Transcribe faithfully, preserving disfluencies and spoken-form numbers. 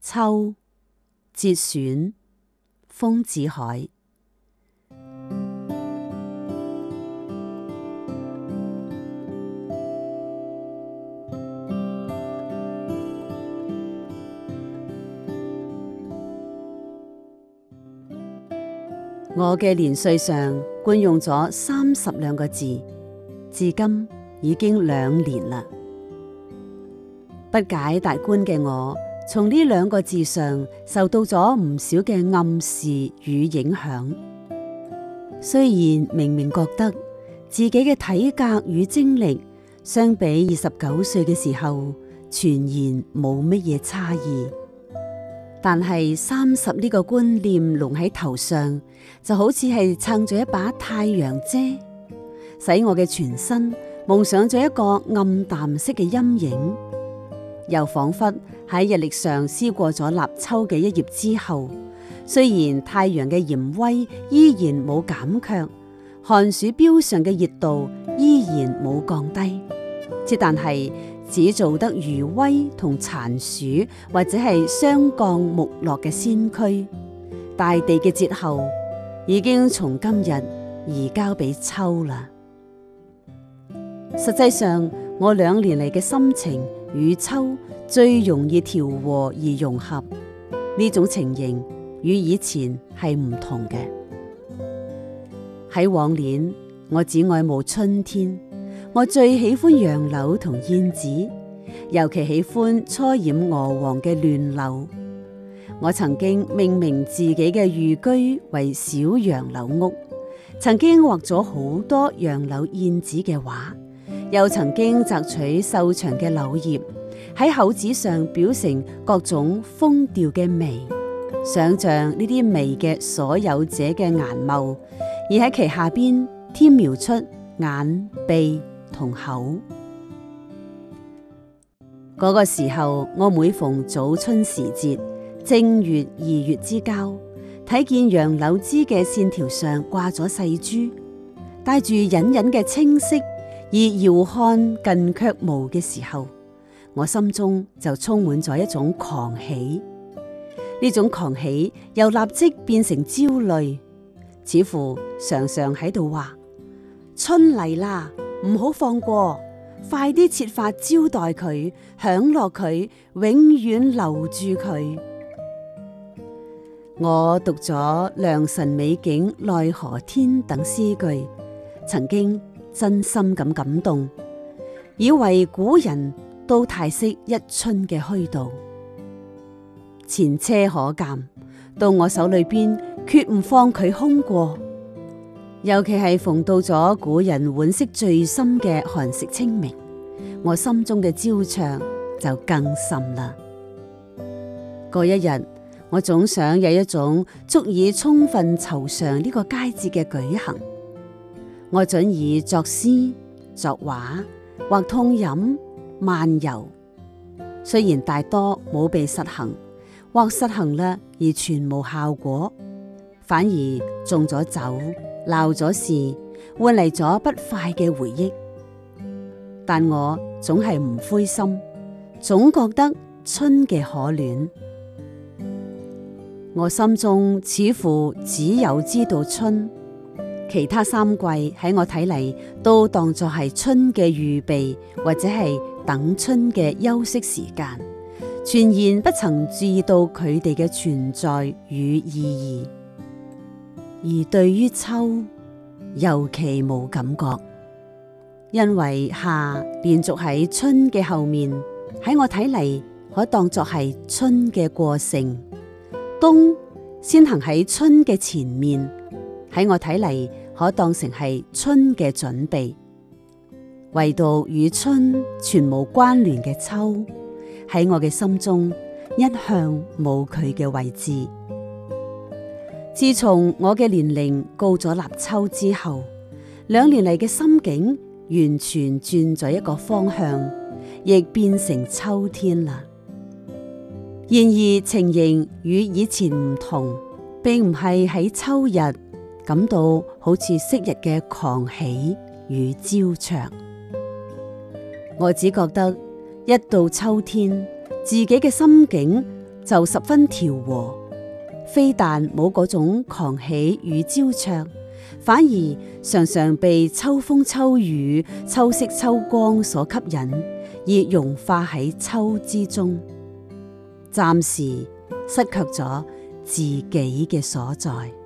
秋，節選，豐子愷。我嘅年歲上冠用咗三十兩個字，至今已經兩年啦。不解達觀嘅我，從呢兩個字上受到咗唔少嘅暗示與影響。雖然明明覺得自己嘅體格與精力相比二十九歲嘅時候全然冇乜嘢差異，但係三十呢個觀念籠喺頭上，就好似係撐咗一把太陽遮，使我嘅全身蒙上咗一個暗淡色嘅陰影。又仿佛喺日曆上撕過咗立秋嘅一頁之後，雖然太陽嘅炎威依然冇減卻，寒暑表上嘅熱度依然冇降低，之但係只做得餘威同殘暑或者係霜降木落嘅先驅。大地嘅節候已經從今日移交俾秋啦。實際上，我兩年嚟嘅心情與秋最容易調和而融合，呢種情形與以前係唔同嘅。喺往年，我只愛慕春天，我最喜歡楊柳同燕子，尤其喜歡初染鵝黃嘅亂柳。我曾經命名自己嘅寓居為小楊柳屋，曾經畫咗好多楊柳燕子嘅畫，又曾經摘取瘦長嘅柳葉，喺口紙上裱成各種風調嘅眉，想象呢啲眉嘅所有者嘅顏貌，而喺其下邊添描出眼、鼻同口。嗰個時候，我每逢早春時節，正月、二月之交，睇見楊柳枝嘅線條上掛咗細珠，帶住隱隱嘅清晰，而遙看近卻無嘅時候，我心中就充滿咗一種狂喜。呢種狂喜又立即變成焦慮，似乎常常喺度話：春嚟啦，唔好放過，快啲設法招待佢，享樂佢，永遠留住佢。我讀咗良辰美景奈何天等詩句，曾經真心咁感動，以為古人都太識一春嘅虛度。前車可鑒，到我手裏邊決唔放佢空過。尤其係逢到咗古人惋惜最深嘅寒食清明，我心中嘅焦灼就更甚啦。嗰一日，我總想有一種足以充分酬償呢個佳節嘅舉行。我準以作詩、作畫、或痛飲、漫遊，雖然大多冇被實行，或實行啦而全無效果，反而中咗酒、鬧咗事，換嚟咗不快嘅回憶。但我總係唔灰心，總覺得春嘅可戀。我心中似乎只有知道春，其他三季喺我睇嚟都當作係春嘅預備，或者係等春嘅休息時間，全然不曾注意到佢哋嘅存在與意義。而對於秋，尤其冇感覺，因為夏連續喺春嘅後面，喺我睇嚟可當作係春嘅過程。冬先行喺春嘅前面，喺我睇嚟可當成係春嘅準備。唯獨與春全無關聯嘅秋，喺我嘅心中一向冇佢嘅位置。自從我嘅年齡告咗立秋之後，兩年嚟嘅心境完全轉咗一個方向，亦變成秋天啦。然而情形與以前唔同，並唔係喺秋日感到好似昔日嘅狂喜與焦灼。我只覺得一到秋天，自己嘅心境就十分調和，非但冇嗰種狂喜與焦灼，反而常常被秋風秋雨、秋色秋光所吸引，而融化喺秋之中，暫時失卻咗自己嘅所在。